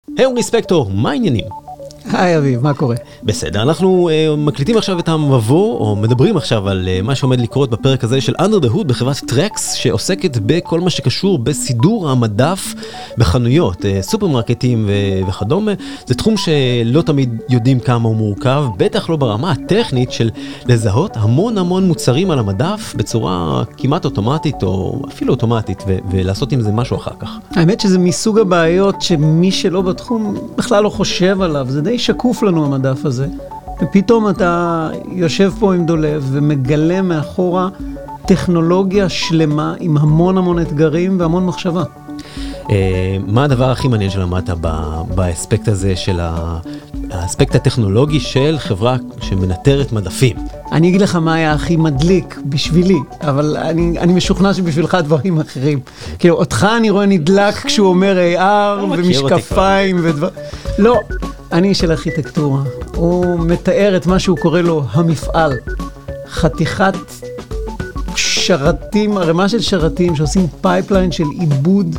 היי אורי ספקטור, מה העניינים? היי אביב, מה קורה? בסדר, אנחנו מקליטים עכשיו את המבוא, או מדברים עכשיו על מה שעומד לקרות בפרק הזה של Under the Hood בחברת טרקס, שעוסקת בכל מה שקשור בסידור המדף בחנויות, סופרמרקטים וכדומה. זה תחום שלא תמיד יודעים כמה הוא מורכב, בטח לא ברמה הטכנית של לזהות המון מוצרים על המדף בצורה כמעט אוטומטית, או אפילו אוטומטית, ולעשות עם זה משהו אחר כך. האמת שזה מסוג הבעיות שמי שלא בתחום בכלל לא חושב עליו, זה די שקוף לנו המדף הזה, ופתאום אתה יושב פה עם דולב ומגלה מאחורה טכנולוגיה שלמה עם המון אתגרים והמון מחשבה. מה הדבר הכי מעניין שלמדת באספקט הזה של האספקט הטכנולוגי של חברה שמנטרת מדפים? אני אגיד לך מה היה הכי מדליק בשבילי, אבל אני משוכנע שבשבילך דברים אחרים. כאילו, אותך אני רואה נדלק כשהוא אומר AR ומשקפיים ודבר... לא, אני של ארכיטקטורה. הוא מתאר את מה שהוא קורא לו המפעל. חתיכת שרתים, הרמה של שרתים שעושים פייפליין של עיבוד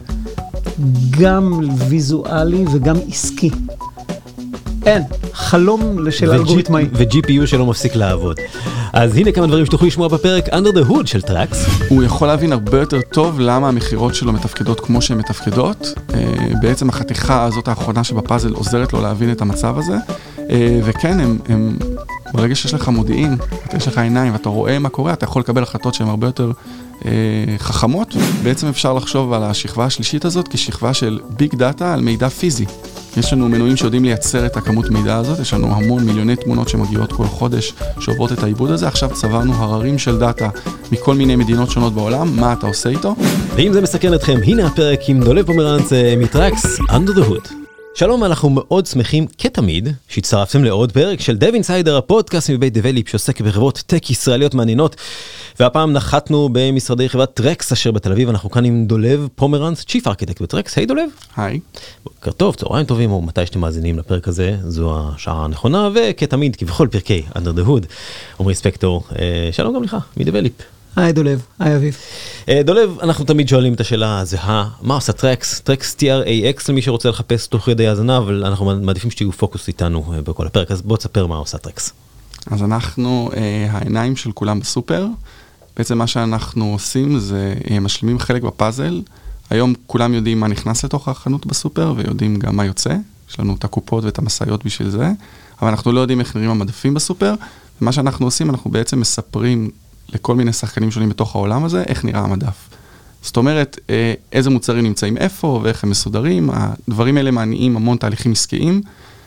גם ויזואלי וגם עסקי. אין, חלום של אלגוריתמאי. ו-GPU שלא מפסיק לעבוד. אז הנה כמה דברים שתוכלו לשמוע בפרק Under the Hood של טרקס. הוא יכול להבין הרבה יותר טוב למה המחירות שלו מתפקדות כמו שהן מתפקדות. בעצם החתיכה הזאת האחרונה שבפאזל עוזרת לו להבין את המצב הזה. וכן, הם ברגע שיש לך מודיעין, יש לך עיניים ואתה רואה מה קורה, אתה יכול לקבל החלטות שהן הרבה יותר חכמות. בעצם אפשר לחשוב על השכבה השלישית הזאת כשכבה של ביג דאטה על מידע פיזי. יש לנו מנועים שיודעים לייצר את הכמות מידע הזאת, יש לנו המון מיליוני תמונות שמגיעות כל חודש שעוברות את העיבוד הזה, עכשיו צברנו הררים של דאטה מכל מיני מדינות שונות בעולם, מה אתה עושה איתו? ואם זה מסקרן אתכם, הנה הפרק עם דולב פומרנץ מטרקס, Under the Hood. שלום, אנחנו מאוד שמחים כתמיד שהצטרפתם לעוד פרק של Dev Insider, הפודקאסט מבית דבליפ שעוסק בחברות טק ישראליות מעניינות, והפעם נחתנו במשרדי חברת טרקס אשר בתל אביב. אנחנו כאן עם דולב פומרנץ, Chief Architect בטרקס. היי דולב. היי. בוקר טוב, צהריים טובים, או מתי שאתם מאזינים לפרק הזה, זו השעה הנכונה, וכתמיד כבכל פרקי Under the Hood, עומרי ספקטור, שלום גם לך, מדבליפ. היי דולב, היי אביב. דולב, אנחנו תמיד שואלים את השאלה הזהה, מה עושה טרקס? טרקס TRAX למי שרוצה לחפש תוך ידי האזנה, אבל אנחנו מעדיפים שתהיו פוקוס איתנו בכל הפרק, אז בוא תספר מה עושה טרקס. אז אנחנו העיניים של כולם בסופר. בעצם מה שאנחנו עושים זה משלימים חלק בפאזל. היום כולם יודעים מה נכנס לתוך החנות בסופר, ויודעים גם מה יוצא. יש לנו את הקופות ואת המסעיות בשביל זה, אבל אנחנו לא יודעים איך נראים המדפים בסופר. ומה שאנחנו עושים, אנחנו בעצם מספרים לכל מיני שחקנים שונים בתוך העולם הזה, איך נראה המדף. זאת אומרת, איזה מוצרים נמצאים איפה, ואיך הם מסודרים. הדברים האלה מעניינים המון תהליכים עסקיים,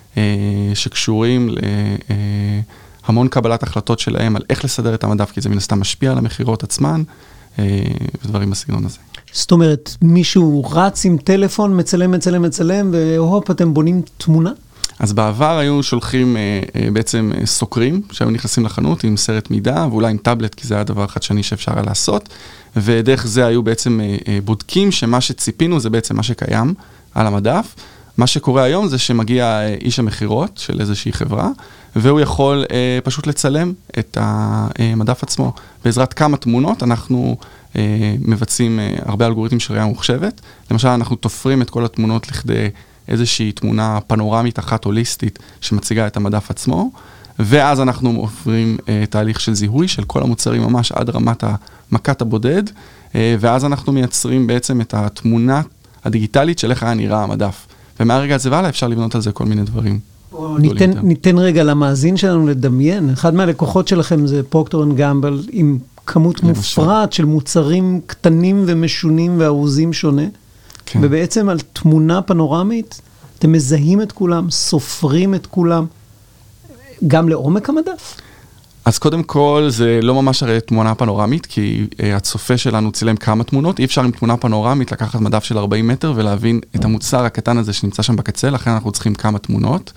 שקשורים להמון קבלת החלטות שלהם, על איך לסדר את המדף, כי זה מן הסתם משפיע על המחירות עצמן, ודברים בסגנון הזה. זאת אומרת, מישהו רץ עם טלפון, מצלם, והופ, אתם בונים תמונה? אז בעבר היו שולחים בעצם סוקרים, שהיו נכנסים לחנות עם סרט מידע, ואולי עם טאבלט, כי זה היה דבר חדשני שאפשר היה לעשות, ודרך זה היו בעצם בודקים שמה שציפינו זה בעצם מה שקיים על המדף. מה שקורה היום זה שמגיע איש המחירות של איזושהי חברה, והוא יכול פשוט לצלם את המדף עצמו. בעזרת כמה תמונות אנחנו מבצעים הרבה אלגוריתמים של ראייה ממוחשבת. למשל, אנחנו תופרים את כל התמונות לכדי איזושהי תמונה פנורמית אחת הוליסטית שמציגה את המדף עצמו, ואז אנחנו עוברים תהליך של זיהוי של כל המוצרים ממש עד רמת המכת הבודד, ואז אנחנו מייצרים בעצם את התמונה הדיגיטלית של איך היה נראה המדף. ומהרגע הזה והלאה אפשר לבנות על זה כל מיני דברים. ניתן רגע למאזין שלנו לדמיין. אחד מהלקוחות שלכם זה פרוקטר אנד גמבל, עם כמות מופרעת של מוצרים קטנים ומשונים וארוזים שונה. כן. ובעצם על תמונה פנורמית, אתם מזהים את כולם, סופרים את כולם, גם לעומק המדף? אז קודם כל, זה לא ממש הרי תמונה פנורמית, כי הצופה שלנו צילם כמה תמונות, אי אפשר עם תמונה פנורמית לקחת מדף של 40 מטר ולהבין את המוצר הקטן הזה שנמצא שם בקצה, לכן אנחנו צריכים כמה תמונות.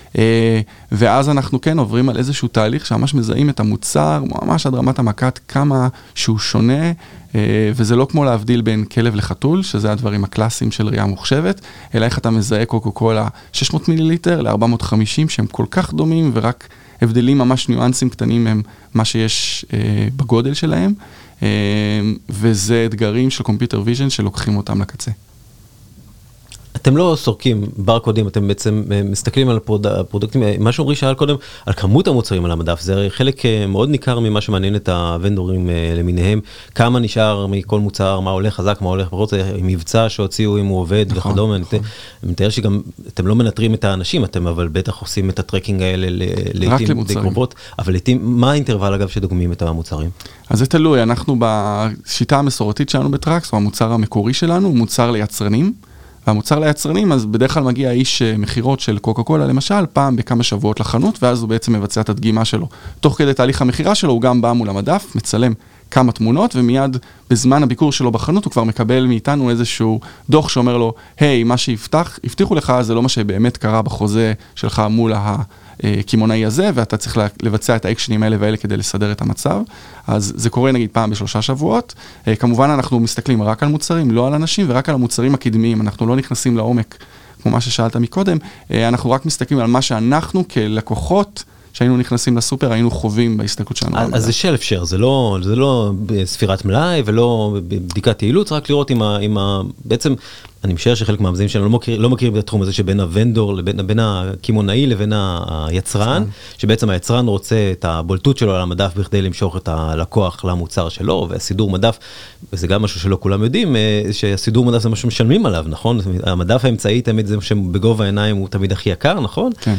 ואז אנחנו כן עוברים על איזשהו תהליך שממש מזהים את המוצר, ממש עד רמת המכת כמה שהוא שונה, וזה לא כמו להבדיל בין כלב לחתול, שזה הדברים הקלאסיים של ראייה מוחשבת, אלא איך אתה מזהה קוקה-קולה 600 מיליליטר ל-450, שהם כל כך דומים, ורק הבדלים ממש ניואנסים קטנים הם מה שיש בגודל שלהם, וזה אתגרים של קומפיוטר ויז'ן שלוקחים אותם לקצה. אתם לא סורקים ברקודים, אתם בעצם מסתכלים על הפרודקטים, מה שאומרי שאל קודם, על כמות המוצרים על המדף, זה חלק מאוד ניכר ממה שמעניין את הוונדורים למיניהם, כמה נשאר מכל מוצר, מה הולך חזק, מה הולך פחות, מבצע שהוציאו אם הוא עובד וכדומה, אני מתאר שגם אתם לא מנטרים את האנשים, אתם אבל בטח עושים את הטרקינג האלה לעתים די קרובות, אבל לעתים, מה האינטרוול אגב שדוגמים את המוצרים? אז זה תלוי, אנחנו בשיטה המסורתית שלנו בטרקס, או המוצר המקורי שלנו, הוא מוצר ליצרנים, והמוצר ליצרנים, אז בדרך כלל מגיע איש מחירות של קוקה קולה, למשל, פעם בכמה שבועות לחנות, ואז הוא בעצם מבצע את הדגימה שלו. תוך כדי תהליך המחירה שלו, הוא גם בא מול המדף, מצלם כמה תמונות, ומיד בזמן הביקור שלו בחנות, הוא כבר מקבל מאיתנו איזשהו דוח שאומר לו, היי, מה שהבטיחו לך, זה לא מה שבאמת קרה בחוזה שלך מול הכימונאי הזה, ואתה צריך לבצע את האקשנים האלה ואלה כדי לסדר את המצב. אז זה קורה נגיד פעם ב3 שבועות. כמובן אנחנו מסתכלים רק על מוצרים, לא על אנשים, ורק על המוצרים הקדמיים. אנחנו לא נכנסים לעומק, כמו מה ששאלת מקודם. אנחנו רק מסתכלים על מה שאנחנו כלקוחות, שהיינו נכנסים לסופר, היינו חווים בהסתכלות שלנו. אז זה שלף שייר, זה לא ספירת מלאי ולא בדיקת יעילות, רק לראות אם בעצם, אני משער שחלק מהמאזינים שלנו לא מכירים את התחום הזה שבין הוונדור, בין הכימונאי לבין היצרן, שבעצם היצרן רוצה את הבולטות שלו על המדף בכדי למשוך את הלקוח למוצר שלו, והסידור מדף, וזה גם משהו שלא כולם יודעים, שהסידור מדף זה משהו משלמים עליו, נכון? המדף האמצעי תמיד זה שבגובה העיניים הוא תמיד הכי יקר, נכון? כן.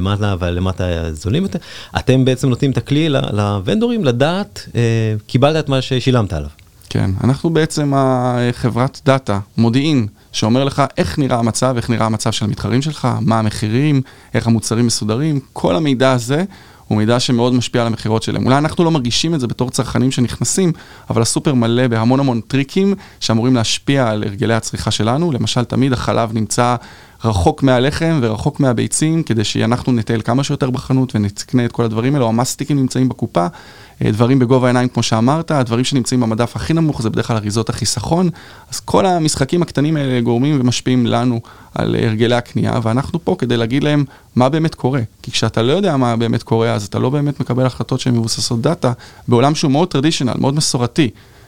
ולמטה זולים יותר. אתם בעצם נותנים את הכלי לוונדורים לדעת, קיבלת את מה ששילמת עליו. כן, אנחנו בעצם חברת דאטה, מודיעין, שאומר לך איך נראה המצב, איך נראה המצב של המתחרים שלך, מה המחירים, איך המוצרים מסודרים, כל המידע הזה הוא מידע שמאוד משפיע על המחירות שלהם. אולי אנחנו לא מרגישים את זה בתור צרכנים שנכנסים, אבל הסופר מלא בהמון טריקים שאמורים להשפיע על הרגלי הצריכה שלנו. למשל, תמיד החלב נמצא רחוק מהלחם ורחוק מהביצים, כדי שאנחנו נטייל כמה שיותר בחנות ונקנה את כל הדברים האלו. המסטיקים נמצאים בקופה, דברים בגובה העיניים כמו שאמרת, הדברים שנמצאים במדף הכי נמוך זה בדרך כלל אריזות החיסכון, אז כל המשחקים הקטנים האלה גורמים ומשפיעים לנו על הרגלי הקנייה, ואנחנו פה כדי להגיד להם מה באמת קורה, כי כשאתה לא יודע מה באמת קורה, אז אתה לא באמת מקבל החלטות שהן מבוססות דאטה, בעולם שהוא מאוד טרדישיונל, מאוד מסורתי,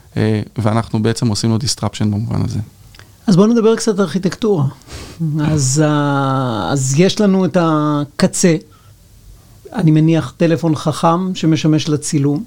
ואנחנו בעצם עושים לו disruption במובן הזה. אז בואו נדבר קצת ארכיטקטורה. אז יש לנו את הקצה, אני מניח טלפון חכם שמשמש לצילום.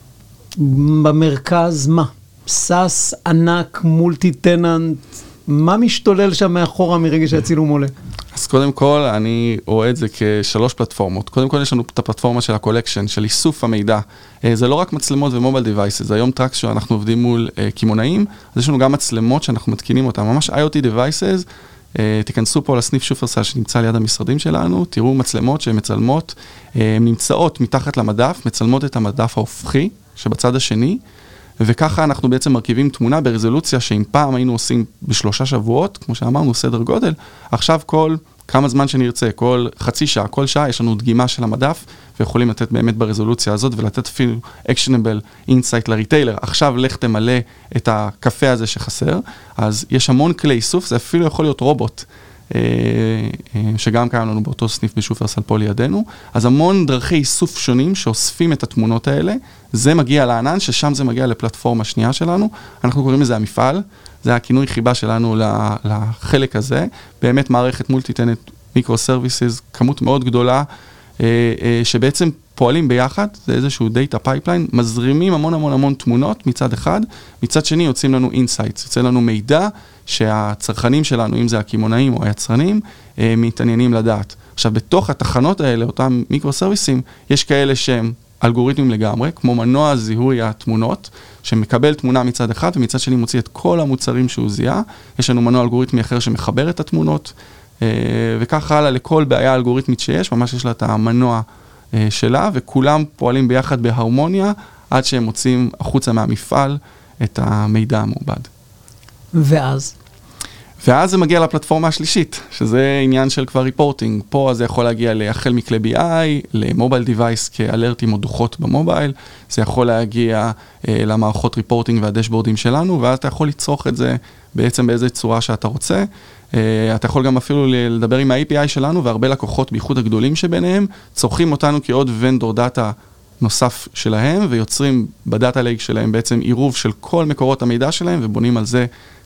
במרכז מה? סאס ענק, מולטי טננט, מה משתולל שם מאחורה מרגע שהצילום עולה? אז קודם כל, אני רואה את זה כ3 פלטפורמות. קודם כל, יש לנו את הפלטפורמה של הקולקשן, של איסוף המידע. זה לא רק מצלמות ומוביל דיווייסס, היום טרקס שאנחנו עובדים מול כימונאים, אז יש לנו גם מצלמות שאנחנו מתקינים אותן, ממש IoT devices, תיכנסו פה לסניף שופרסל שנמצא ליד המשרדים שלנו, תראו מצלמות שהן מצלמות, הן נמצאות מתחת למדף, מצלמות את המדף ההופכי שבצד השני, וככה אנחנו בעצם מרכיבים תמונה ברזולוציה שאם פעם היינו עושים ב3 שבועות, כמו שאמרנו, סדר גודל, עכשיו כל כמה זמן שנרצה, כל חצי שעה, כל שעה, יש לנו דגימה של המדף, ויכולים לתת באמת ברזולוציה הזאת, ולתת אפילו actionable insight לריטיילר. עכשיו לך תמלא את הקפה הזה שחסר, אז יש המון כלי איסוף, זה אפילו יכול להיות רובוט, שגם קיים לנו באותו סניף בשופרסל פה לידינו, אז המון דרכי איסוף שונים שאוספים את התמונות האלה, זה מגיע לענן, ששם זה מגיע לפלטפורמה השנייה שלנו, אנחנו קוראים לזה המפעל, זה הכינוי חיבה שלנו לחלק הזה, באמת מערכת מולטי-טנט מיקרו-סרוויסס, כמות מאוד גדולה, שבעצם פועלים ביחד, זה איזשהו דאטה פייפליין, מזרימים המון תמונות מצד אחד, מצד שני יוצאים לנו אינסייטס, יוצא לנו מידע שהצרכנים שלנו, אם זה הכימונאים או היצרנים, מתעניינים לדעת. עכשיו, בתוך התחנות האלה, אותם מיקרו-סרוויסים, יש כאלה שהם אלגוריתמים לגמרי, כמו מנוע זיהוי התמונות, שמקבל תמונה מצד אחד, ומצד שני מוציא את כל המוצרים שהוא זיהה. יש לנו מנוע אלגוריתמי אחר שמחבר את התמונות, וכך הלאה לכל בעיה אלגוריתמית שיש, ממש יש לה את המנוע שלה, וכולם פועלים ביחד בהרמוניה, עד שהם מוצאים החוצה מהמפעל את המידע המעובד. ואז זה מגיע לפלטפורמה השלישית, שזה עניין של כבר ריפורטינג. פה זה יכול להגיע החל מכלי BI, למובייל דיווייס כאלרטים או דוחות במובייל, זה יכול להגיע למערכות ריפורטינג והדשבורדים שלנו, ואז אתה יכול לצרוך את זה בעצם באיזו צורה שאתה רוצה. אתה יכול גם אפילו לדבר עם ה-API שלנו, והרבה לקוחות, בייחוד הגדולים שביניהם, צורכים אותנו כעוד ונדור דאטה נוסף שלהם, ויוצרים בדאטה לייק שלהם בעצם עירוב של כל מקורות המידע שלהם, ובונים על זה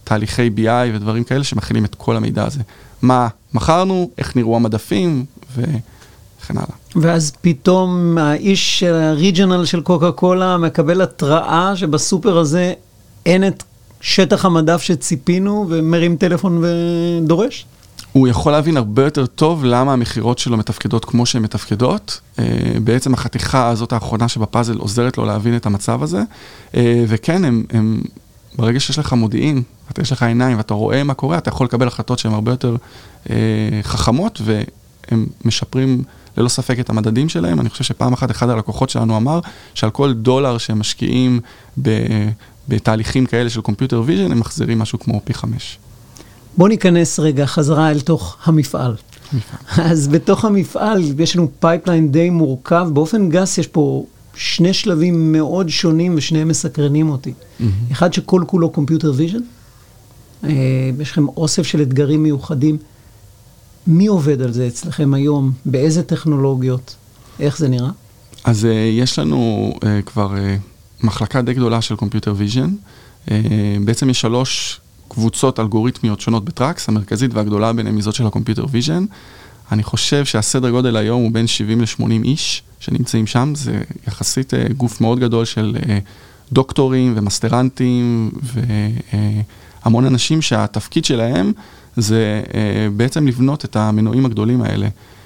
תהליכי BI ודברים כאלה שמכילים את כל המידע הזה. מה מכרנו, איך נראו המדפים וכן הלאה. ואז פתאום האיש של הריג'ונל של קוקה קולה מקבל התראה שבסופר הזה אין את שטח המדף שציפינו ומרים טלפון ודורש? הוא יכול להבין הרבה יותר טוב למה המחירות שלו מתפקדות כמו שהן מתפקדות. בעצם החתיכה הזאת האחרונה שבפאזל עוזרת לו להבין את המצב הזה. וכן, ברגע שיש לך מודיעין, יש לך עיניים ואתה רואה מה קורה, אתה יכול לקבל החלטות שהן הרבה יותר חכמות, והם משפרים ללא ספק את המדדים שלהם. אני חושב שפעם אחת אחד הלקוחות שלנו אמר, שעל כל $1 שהם משקיעים בתהליכים כאלה של קומפיוטר ויז'ן, הם מחזירים משהו כמו פי 5. בוא ניכנס רגע חזרה אל תוך המפעל. אז בתוך המפעל יש לנו פייפליין די מורכב, באופן גס יש פה שני שלבים מאוד שונים ושניהם מסקרנים אותי. אחד שכל כולו קומפיוטר ויז'ן, יש לכם אוסף של אתגרים מיוחדים. מי עובד על זה אצלכם היום? באיזה טכנולוגיות? איך זה נראה? אז יש לנו כבר מחלקה די גדולה של קומפיוטר ויז'ן. בעצם יש 3 קבוצות אלגוריתמיות שונות בטרקס, המרכזית והגדולה ביניהם היא זאת של הקומפיוטר ויז'ן. אני חושב שהסדר גודל היום הוא בין 70 ל-80 איש שנמצאים שם. זה יחסית גוף מאוד גדול של דוקטורים ומסטרנטים והמון אנשים שהתפקיד שלהם זה בעצם לבנות את המנועים הגדולים האלה.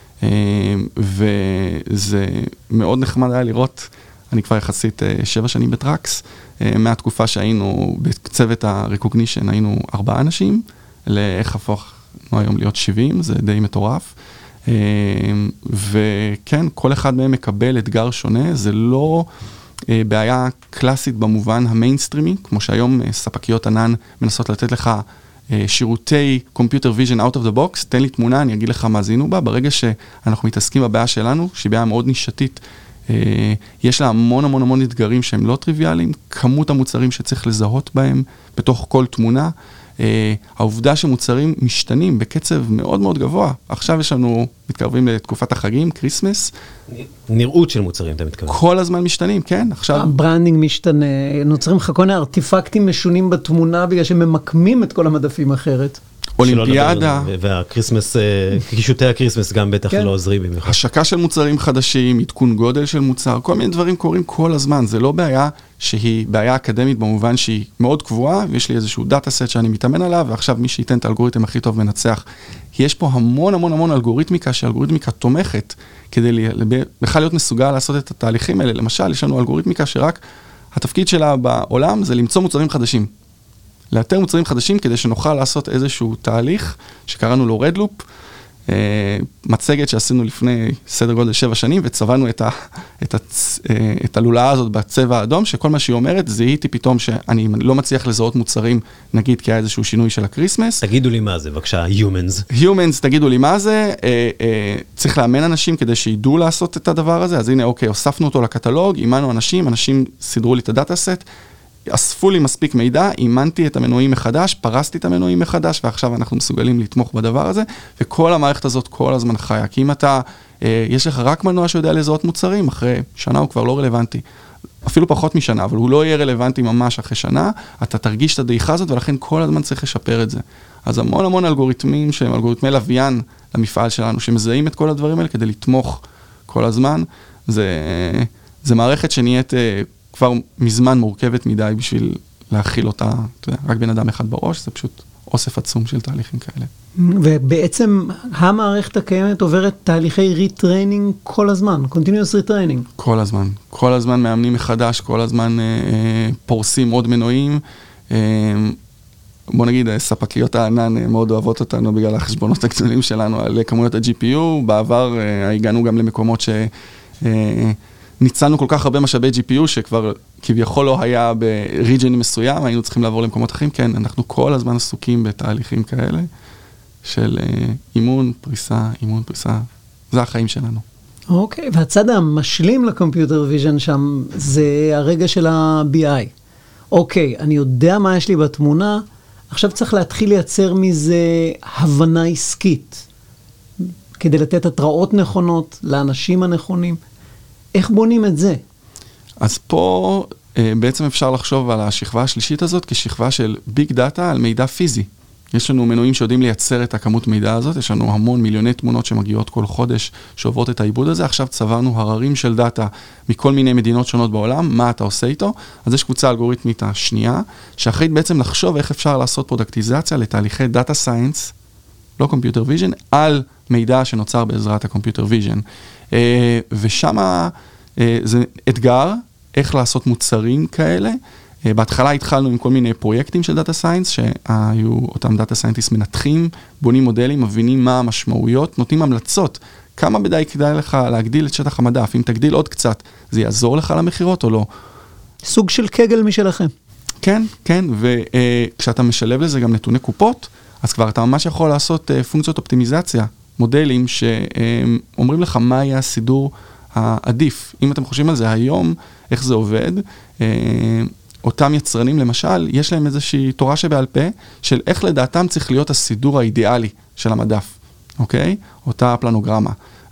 וזה מאוד נחמד היה לראות, אני כבר יחסית 7 שנים בטרקס, מהתקופה שהיינו בצוות הרקוגנישן, היינו 4 אנשים, לאיך הפכנו היום להיות 70, זה די מטורף. וכן, כל אחד מהם מקבל אתגר שונה, זה לא בעיה קלאסית במובן המיינסטרימי, כמו שהיום ספקיות ענן מנסות לתת לך שירותי קומפיוטר ויז'ן out of the box, תן לי תמונה, אני אגיד לך מה זינו בה, ברגע שאנחנו מתעסקים בבעיה שלנו, שהיא בעיה מאוד נישתית, יש לה המון אתגרים שהם לא טריוויאליים, כמות המוצרים שצריך לזהות בהם בתוך כל תמונה, העובדה שמוצרים משתנים בקצב מאוד מאוד גבוה. עכשיו יש לנו, מתקרבים לתקופת החגים, קריסמס. נראות של מוצרים, אתה מתכוון. כל הזמן משתנים, כן. עכשיו הברנדינג משתנה, נוצרים לך כל מיני ארטיפקטים משונים בתמונה, בגלל שממקמים את כל המדפים אחרת. אולימפיאדה. והקריסמס, קישוטי הקריסמס גם בטח לא עוזרים במיוחד. השקה של מוצרים חדשים, עדכון גודל של מוצר, כל מיני דברים קורים כל הזמן. זה לא בעיה שהיא בעיה אקדמית במובן שהיא מאוד קבועה, ויש לי איזשהו דאטה סט שאני מתאמן עליו, ועכשיו מי שייתן את האלגוריתם הכי טוב מנצח. יש פה המון אלגוריתמיקה, שהאלגוריתמיקה תומכת, כדי בכלל להיות מסוגל לעשות את התהליכים האלה. למשל, יש לנו אלגוריתמיקה שרק התפקיד שלה בעולם זה למצוא מוצרים חדשים. לאתר מוצרים חדשים כדי שנוכל לעשות איזשהו תהליך שקראנו לו רד לופ, מצגת שעשינו לפני סדר גודל 7 שנים, וצבענו את הלולאה הזאת בצבע האדום, שכל מה שהיא אומרת, זיהיתי פתאום שאני לא מצליח לזהות מוצרים, נגיד כי היה איזשהו שינוי של הקריסמס. תגידו לי מה זה, בבקשה, humans. humans, תגידו לי מה זה, צריך לאמן אנשים כדי שידעו לעשות את הדבר הזה, אז הנה, אוקיי, הוספנו אותו לקטלוג, אימנו אנשים סידרו לי את הדאטה סט, אספו לי מספיק מידע, אימנתי את המנועים מחדש, פרסתי את המנועים מחדש, ועכשיו אנחנו מסוגלים לתמוך בדבר הזה, וכל המערכת הזאת כל הזמן חיה. כי אם אתה, יש לך רק מנוע שיודע לזהות מוצרים, אחרי שנה הוא כבר לא רלוונטי. אפילו פחות משנה, אבל הוא לא יהיה רלוונטי ממש אחרי שנה, אתה תרגיש את הדעיכה הזאת, ולכן כל הזמן צריך לשפר את זה. אז המון אלגוריתמים, שהם אלגוריתמי לוויין למפעל שלנו, שמזהים את כל הדברים האלה כדי לתמוך כל הזמן. זה מערכת שנהיית כבר מזמן מורכבת מדי בשביל להכיל אותה, רק בן אדם אחד בראש, זה פשוט אוסף עצום של תהליכים כאלה. ובעצם המערכת הקיימת עוברת תהליכי ריטריינינג כל הזמן, continuous ריטריינינג. כל הזמן מאמנים מחדש, כל הזמן פורסים עוד מנועים. בוא נגיד, ספקיות הענן מאוד אוהבות אותנו בגלל החשבונות הגדולים שלנו על כמויות ה-GPU. בעבר הגענו גם למקומות ניצלנו כל כך הרבה משאבי GPU, שכבר כביכול לא היה בריג'ן מסוים, היינו צריכים לעבור למקומות אחרים. כן, אנחנו כל הזמן עסוקים בתהליכים כאלה, של אימון, פריסה, זה החיים שלנו. אוקיי, והצד המשלים לקומפיוטר ויז'ן שם, זה הרגע של ה-BI. אוקיי, אני יודע מה יש לי בתמונה, עכשיו צריך להתחיל לייצר מזה הבנה עסקית, כדי לתת התראות נכונות לאנשים הנכונים. איך בונים את זה? אז פה בעצם אפשר לחשוב על השכבה השלישית הזאת כשכבה של ביג דאטה על מידע פיזי. יש לנו מנועים שיודעים לייצר את הכמות מידע הזאת, יש לנו המון מיליוני תמונות שמגיעות כל חודש שעוברות את העיבוד הזה, עכשיו צברנו הררים של דאטה מכל מיני מדינות שונות בעולם, מה אתה עושה איתו? אז יש קבוצה אלגוריתמית השנייה, שאחראית בעצם לחשוב איך אפשר לעשות פרודקטיזציה לתהליכי דאטה סיינס, לא קומפיוטר ויז'ן, על מידע שנוצר בעזרת הקומפיוטר ויז'ן. ושמה זה אתגר, איך לעשות מוצרים כאלה. בהתחלה התחלנו עם כל מיני פרויקטים של דאטה סיינס, שהיו אותם דאטה סיינטיסט מנתחים, בונים מודלים, מבינים מה המשמעויות, נותנים המלצות, כמה בדי כדאי לך להגדיל את שטח המדף, אם תגדיל עוד קצת, זה יעזור לך למחירות או לא? סוג של קגל משלכם. כן, כן, וכשאתה משלב לזה גם נתוני קופות, אז כבר אתה ממש יכול לעשות פונקציות אופטימיזציה, מודלים שאומרים לך מה יהיה הסידור העדיף. אם אתם חושבים על זה היום, איך זה עובד, אותם יצרנים למשל, יש להם איזושהי תורה שבעל פה, של איך לדעתם צריך להיות הסידור האידיאלי של המדף, אוקיי? אותה פלנוגרמה.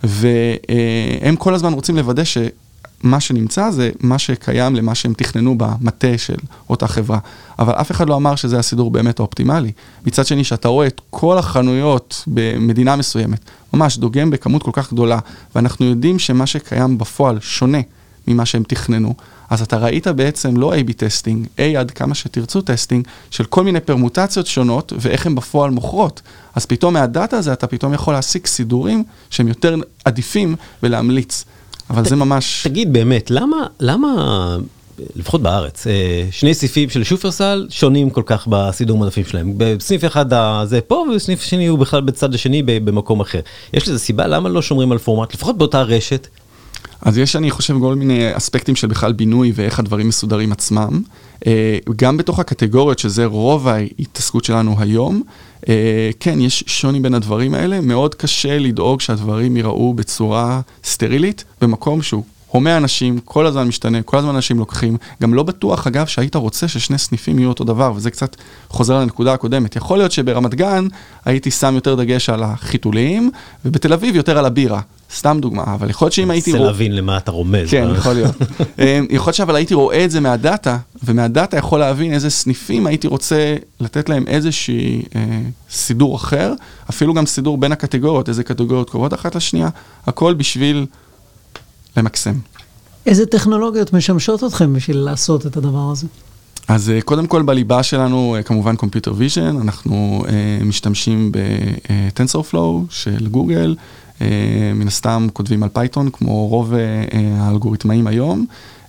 והם כל הזמן רוצים לוודא שמה שנמצא זה מה שקיים למה שהם תכננו במטה של אותה חברה. אבל אף אחד לא אמר שזה הסידור באמת האופטימלי. מצד שני, שאתה רואה את כל החנויות במדינה מסוימת, ממש דוגם בכמות כל כך גדולה, ואנחנו יודעים שמה שקיים בפועל שונה ממה שהם תכננו, אז אתה ראית בעצם לא A-B טסטינג, A עד כמה שתרצו טסטינג, של כל מיני פרמוטציות שונות, ואיך הם בפועל מוכרות. אז פתאום מהדאטה הזה, אתה פתאום יכול להשיג סידורים, שהם יותר עדיפים ולהמליץ. אבל זה ממש... תגיד באמת, למה, לפחות בארץ, שני סניפים של שופרסל שונים כל כך בסידור מדפים שלהם? בסניף אחד זה פה, ובסניף שני הוא בכלל בצד השני במקום אחר. יש לזה סיבה, למה לא שומרים על פורמט, לפחות באותה רשת? אז יש, אני חושב, כל מיני אספקטים של בכלל בינוי ואיך הדברים מסודרים עצמם. גם בתוך הקטגוריות, שזה רוב ההתעסקות שלנו היום, כן, יש שוני בין הדברים האלה. מאוד קשה לדאוג שהדברים ייראו בצורה סטרילית, במקום שהוא הומה אנשים, כל הזמן משתנה, כל הזמן אנשים לוקחים. גם לא בטוח, אגב, שהיית רוצה ששני סניפים יהיו אותו דבר, וזה קצת חוזר לנקודה הקודמת. יכול להיות שברמת גן הייתי שם יותר דגש על החיתולים, ובתל אביב יותר על הבירה. סתם דוגמה, אבל יכול להיות שאם הייתי... רוצה להבין למה אתה רומז. כן, יכול להיות. יכול להיות שאבל הייתי רואה את זה מהדאטה, ומהדאטה יכול להבין איזה סניפים הייתי רוצה לתת להם איזושהי סידור אחר, אפילו גם סידור בין הקטגוריות, איזה קטגוריות קרובות אחת לשנייה, הכל בשביל למקסם. איזה טכנולוגיות משמשות אתכם בשביל לעשות את הדבר הזה? אז קודם כל בליבה שלנו, כמובן קומפיוטר ויז'ן, אנחנו משתמשים ב-TensorFlow של גוגל, מן הסתם כותבים על פייתון, כמו רוב האלגוריתמאים היום.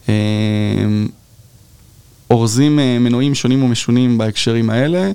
אורזים מנועים שונים ומשונים בהקשרים האלה,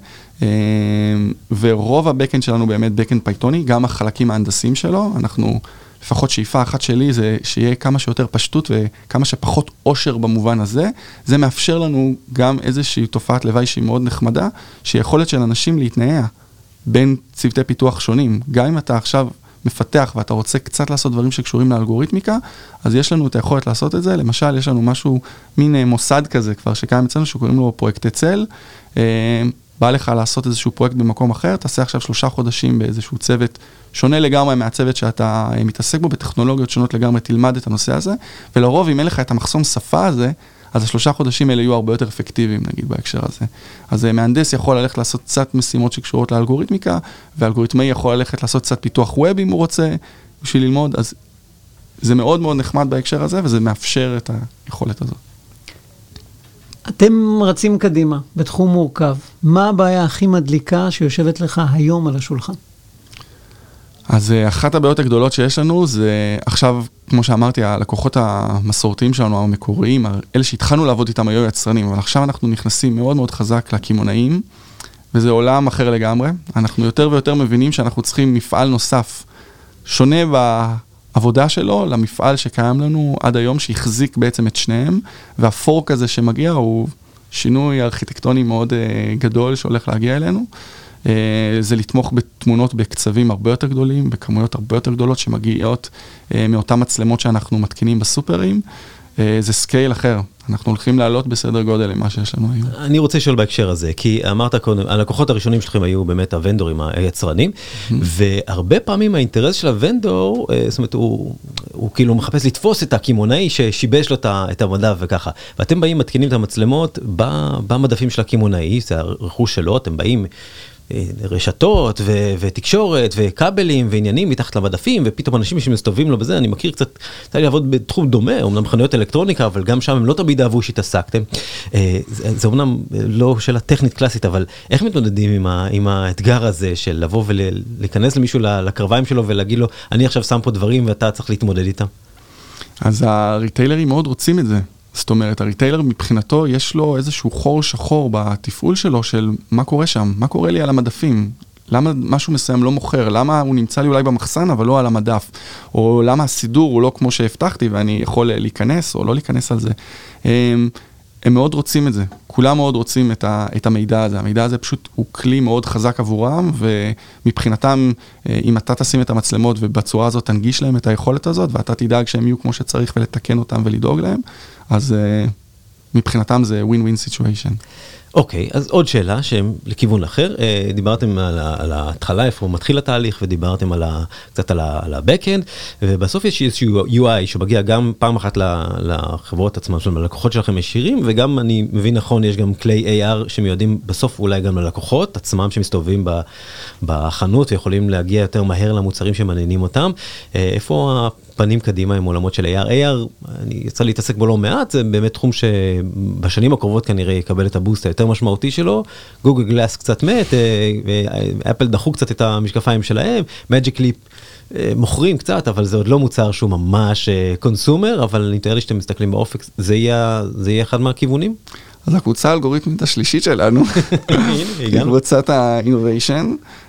ורוב הבקאנד שלנו באמת בקאנד פייתוני, גם החלקים ההנדסיים שלו, אנחנו, לפחות שאיפה אחת שלי, זה שיהיה כמה שיותר פשטות וכמה שפחות עושר במובן הזה. זה מאפשר לנו גם איזושהי תופעת לוואי שהיא מאוד נחמדה, שיכולת של אנשים להתנהע בין צוותי פיתוח שונים. גם אם אתה עכשיו מפתח ואתה רוצה קצת לעשות דברים שקשורים לאלגוריתמיקה, אז יש לנו את היכולת לעשות את זה. למשל, יש לנו משהו, מין מוסד כזה כבר שקיים אצלנו, שקוראים לו פרויקט צל. בא לך לעשות איזשהו פרויקט במקום אחר, תעשה עכשיו 3 חודשים באיזשהו צוות שונה לגמרי מהצוות שאתה מתעסק בו, בטכנולוגיות שונות לגמרי, תלמד את הנושא הזה, ולרוב אם אין לך את המחסום שפה הזה, אז 3 חודשים האלה יהיו הרבה יותר אפקטיביים, נגיד, בהקשר הזה. אז מהנדס יכול ללכת לעשות קצת משימות שקשורות לאלגוריתמיקה, והאלגוריתמאי יכול ללכת לעשות קצת פיתוח ווב אם הוא רוצה, בשביל ללמוד, אז זה מאוד מאוד נחמד בהקשר הזה, וזה מאפשר את היכולת הזאת. אתם רצים קדימה, בתחום מורכב. מה הבעיה הכי מדליקה שיושבת לך היום על השולחן? אז אחת הבעיות הגדולות שיש לנו זה עכשיו, כמו שאמרתי, הלקוחות המסורתיים שלנו, המקוריים, אלה שהתחלנו לעבוד איתם היו יצרנים, אבל עכשיו אנחנו נכנסים מאוד מאוד חזק לכימונאים, וזה עולם אחר לגמרי. אנחנו יותר ויותר מבינים שאנחנו צריכים מפעל נוסף, שונה בעבודה שלו, למפעל שקיים לנו עד היום, שהחזיק בעצם את שניהם, והפורק הזה שמגיע הוא שינוי ארכיטקטוני מאוד גדול שהולך להגיע אלינו. זה לתמוך בתמונות בקצבים הרבה יותר גדולים, בכמויות הרבה יותר גדולות שמגיעות מאותן מצלמות שאנחנו מתקינים בסופרים. זה סקייל אחר. אנחנו הולכים לעלות בסדר גודל למה שיש לנו היום. אני רוצה לשאול בהקשר הזה, כי אמרת קודם, הלקוחות הראשונים שלכם היו באמת הוונדורים, היצרנים, והרבה פעמים האינטרס של הוונדור, זאת אומרת, הוא הוא כאילו מחפש לתפוס את הכימונאי ששיבש לו את המדף וככה. ואתם באים, מתקינים את המצלמות במדפים של הכימונאי, זה הרכוש שלו, אתם באים רשתות ותקשורת וכבלים ועניינים מתחת למדפים, ופתאום אנשים שמסתובבים לו בזה, אני מכיר קצת, צריך לעבוד בתחום דומה, אומנם חנויות אלקטרוניקה, אבל גם שם הם לא תמיד אהבו שהתעסקתם. זה אומנם לא שאלה טכנית קלאסית, אבל איך מתמודדים עם האתגר הזה של לבוא ולהיכנס למישהו לקרביים שלו ולהגיד לו, אני עכשיו שם פה דברים ואתה צריך להתמודד איתם? אז הריטיילרים מאוד רוצים את זה. זאת אומרת, הריטיילר מבחינתו יש לו איזשהו חור שחור בתפעול שלו של מה קורה שם, מה קורה לי על המדפים, למה משהו מסוים לא מוכר, למה הוא נמצא לי אולי במחסן אבל לא על המדף, או למה הסידור הוא לא כמו שהבטחתי ואני יכול להיכנס או לא להיכנס על זה. הם מאוד רוצים את זה, כולם מאוד רוצים את המידע הזה, המידע הזה פשוט הוא כלי מאוד חזק עבורם, ומבחינתם, אם אתה תשים את המצלמות ובצורה הזאת תנגיש להם את היכולת הזאת, ואתה תדאג שהם יהיו כמו שצריך ולתקן אותם ולדאוג להם, אז מבחינתם זה win-win situation. אוקיי, אז עוד שאלה שהם לכיוון אחר, דיברתם על ההתחלה, איפה מתחיל התהליך, ודיברתם קצת על ה-backend, ובסוף יש איזשהו UI שמגיע גם פעם אחת לחברות עצמן, זאת אומרת, ללקוחות שלכם ישירים, וגם אני מבין נכון, יש גם כלי AR שמיועדים בסוף אולי גם ללקוחות עצמם שמסתובבים בחנות, ויכולים להגיע יותר מהר למוצרים שמעניינים אותם. איפה הפנים קדימה עם עולמות של AR? AR, אני יצא להתעסק בו לא מעט, זה באמת תחום שבשנים הקרובות כנראה יקבל את הבוסט היותר משמעותי שלו. גוגל גלאס קצת מת, אפל דחו קצת את המשקפיים שלהם, מג'יק ליפ מוכרים קצת, אבל זה עוד לא מוצר שהוא ממש קונסומר, אבל אני מתאר לי שאתם מסתכלים באופק, זה יהיה אחד מהכיוונים? אז הקבוצה האלגוריתמית השלישית שלנו, היא קבוצת ה-innovation,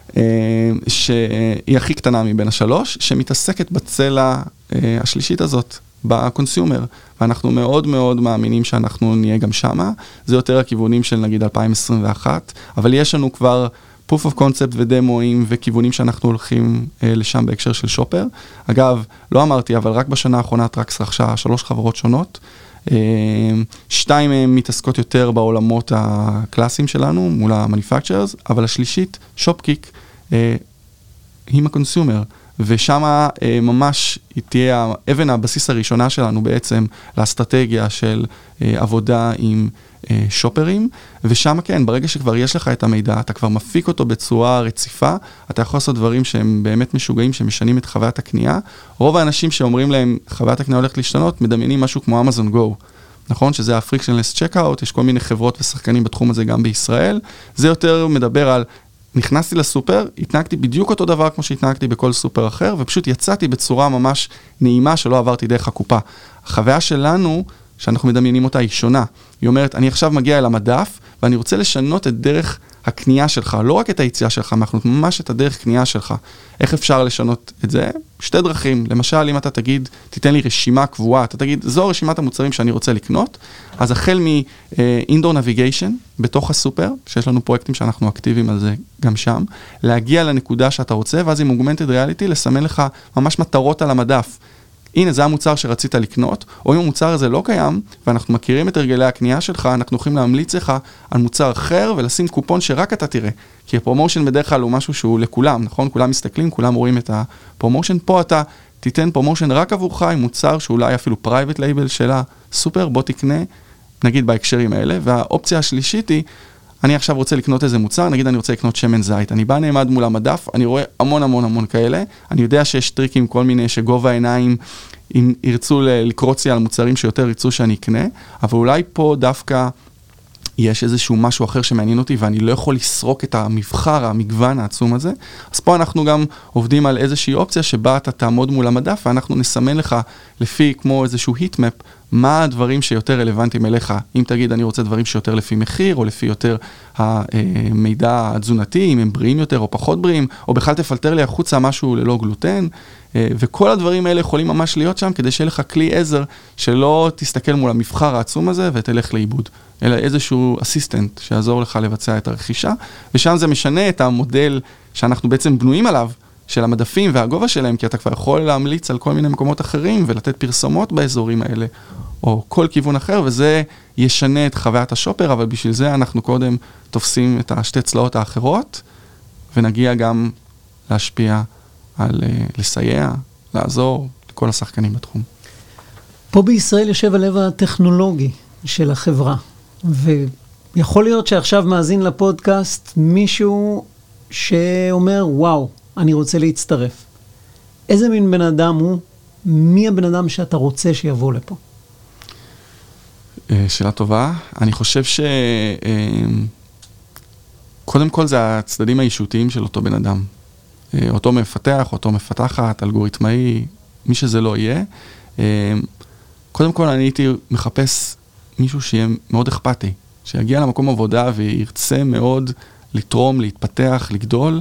שהיא הכי קטנה מבין השלוש, שמתעסקת בצלע השלישית הזאת, בקונסיומר, ואנחנו מאוד מאוד מאמינים שאנחנו נהיה גם שמה, זה יותר הכיוונים של נגיד 2021, אבל יש לנו כבר proof of concept ודמואים וכיוונים שאנחנו הולכים לשם בהקשר של שופר. אגב, לא אמרתי, אבל רק בשנה האחרונה טרקס רכשה 3 חברות שונות, 2 מהן מתעסקות יותר בעולמות הקלאסיים שלנו, מול ה-manufacturers, אבל השלישית, שופקיק, היא הקונסיומר, ושם ממש תהיה אבן הבסיס הראשונה שלנו בעצם לאסטרטגיה של עבודה עם שופרים, ושם כן, ברגע שכבר יש לך את המידע, אתה כבר מפיק אותו בצורה רציפה, אתה יכול לעשות דברים שהם באמת משוגעים, שמשנים את חוויית הקנייה. רוב האנשים שאומרים להם, חוויית הקנייה הולכת להשתנות, מדמיינים משהו כמו Amazon Go, נכון? שזה ה-frictionless checkout, יש כל מיני חברות ושחקנים בתחום הזה גם בישראל, זה יותר מדבר על נכנסתי לסופר, התנהגתי בדיוק אותו דבר כמו שהתנהגתי בכל סופר אחר, ופשוט יצאתי בצורה ממש נעימה שלא עברתי דרך הקופה. החוויה שלנו, שאנחנו מדמיינים אותה, היא שונה. היא אומרת, אני עכשיו מגיע אל המדף, ואני רוצה לשנות את דרך הקנייה שלך, לא רק את היציאה שלך, אנחנו ממש את הדרך קנייה שלך. איך אפשר לשנות את זה? 2 דרכים. למשל, אם אתה תגיד, תיתן לי רשימה קבועה, אתה תגיד, זו רשימת המוצרים שאני רוצה לקנות, אז החל מ-indoor navigation, בתוך הסופר, שיש לנו פרויקטים שאנחנו אקטיביים על זה גם שם, להגיע לנקודה שאתה רוצה, ואז עם augmented reality, לסמן לך ממש מטרות על המדף. הנה, זה המוצר שרצית לקנות, או אם המוצר הזה לא קיים, ואנחנו מכירים את הרגלי הקנייה שלך, אנחנו יכולים להמליץ לך על מוצר אחר, ולשים קופון שרק אתה תראה. כי הפרומושן בדרך כלל הוא משהו שהוא לכולם, נכון? כולם מסתכלים, כולם רואים את הפרומושן. פה אתה תיתן פרומושן רק עבורך, עם מוצר שאולי אפילו private label שלה, סופר, בוא תקנה, נגיד בהקשרים האלה. והאופציה השלישית היא, אני עכשיו רוצה לקנות איזה מוצר, נגיד אני רוצה לקנות שמן זית, אני בא נעמד מול המדף, אני רואה המון המון המון כאלה, אני יודע שיש טריקים כל מיני שגובה העיניים, אם ירצו לקרוץ לי על מוצרים שיותר ירצו שאני אקנה, אבל אולי פה דווקא יש איזשהו משהו אחר שמעניין אותי, ואני לא יכול לסרוק את המבחר, המגוון העצום הזה, אז פה אנחנו גם עובדים על איזושהי אופציה שבה אתה תעמוד מול המדף, ואנחנו נסמן לך לפי כמו איזשהו היטמפ, מה הדברים שיותר רלוונטיים אליך. אם תגיד, אני רוצה דברים שיותר לפי מחיר, או לפי יותר המידע התזונתי, אם הם בריאים יותר או פחות בריאים, או בכלל תפלטר לי החוצה משהו ללא גלוטן, וכל הדברים האלה יכולים ממש להיות שם, כדי שיהיה לך כלי עזר, שלא תסתכל מול המבחר העצום הזה, ותלך לאיבוד. אלא איזשהו אסיסטנט שיעזור לך לבצע את הרכישה, ושם זה משנה את המודל שאנחנו בעצם בנויים עליו, של המדפים והגובה שלהם, כי אתה כבר יכול להמליץ על כל מיני מקומות אחרים, ולתת פרסומות באזורים האלה, או כל כיוון אחר, וזה ישנה את חוויית השופר, אבל בשביל זה אנחנו קודם תופסים את השתי צלעות האחרות, ונגיע גם להשפיע על לסייע, לעזור, כל השחקנים בתחום. פה בישראל יושב הלב הטכנולוגי של החברה, ויכול להיות שעכשיו מאזין לפודקאסט מישהו שאומר, וואו, אני רוצה להצטרף. איזה מין בן אדם הוא? מי הבן אדם שאתה רוצה שיבוא לפה? שאלה טובה. אני חושב קודם כל זה הצדדים האישותיים של אותו בן אדם. אותו מפתח, אותו מפתחת, אלגוריתמאי, מי שזה לא יהיה. קודם כל אני הייתי מחפש מישהו שיהיה מאוד אכפתי, שיגיע למקום עבודה וירצה מאוד לתרום, להתפתח, לגדול.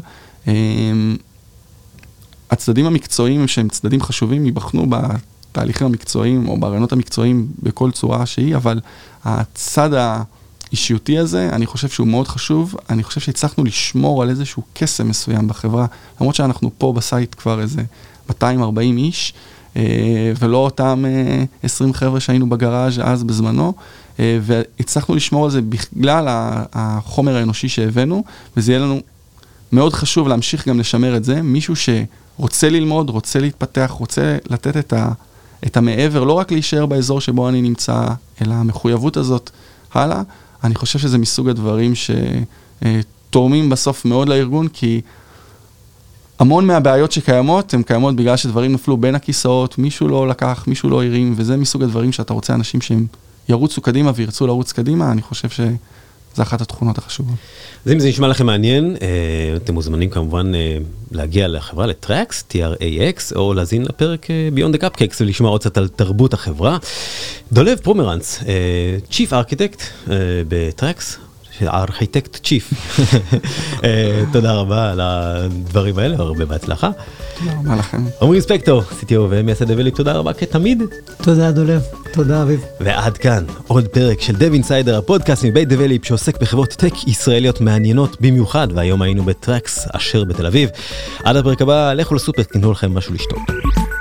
הצדדים המקצועיים שהם צדדים חשובים ייבחנו בתהליכים המקצועיים או ברעיונות המקצועיים בכל צורה שהיא, אבל הצד האישיותי הזה, אני חושב שהוא מאוד חשוב. אני חושב שהצלחנו לשמור על איזשהו קסם מסוים בחברה, למרות שאנחנו פה בסייט כבר איזה 240 איש, ולא אותם 20 חבר'ה שהיינו בגראז' אז בזמנו, והצלחנו לשמור על זה בגלל החומר האנושי שהבאנו, וזה יהיה לנו מאוד חשוב להמשיך גם לשמר את זה, מישהו שרוצה ללמוד, רוצה להתפתח, רוצה לתת את המעבר, לא רק להישאר באזור שבו אני נמצא, אלא המחויבות הזאת הלאה. אני חושב שזה מסוג הדברים שתורמים בסוף מאוד לארגון, כי המון מהבעיות שקיימות, הן קיימות בגלל שדברים נפלו בין הכיסאות, מישהו לא לקח, מישהו לא הרים, וזה מסוג הדברים שאתה רוצה אנשים שהם ירוצו קדימה וירצו לרוץ קדימה. אני חושב שזה אחת התכונות החשובות. אז אם זה נשמע לכם מעניין, אתם מוזמנים כמובן להגיע לחברה לטרקס, TRAX, או להזין לפרק Beyond the Cupcakes ולשמוע עוד קצת על תרבות החברה. דולב פרומרנץ, Chief Architect בטרקס, הארכיטקט צ'יף. תודה רבה על הדברים האלה, הרבה בהצלחה. תודה רבה לכם. עמרי ספקטור, CTO ומייסד דבליפ, תודה רבה כתמיד. תודה דולב, תודה אביב. ועד כאן עוד פרק של דב אינסיידר, הפודקאסט מבית דבליפ שעוסק בחברות טק ישראליות מעניינות במיוחד, והיום היינו בטרקס אשר בתל אביב. עד הפרק הבא, לכו לסופר, תקנו לכם משהו לשתות.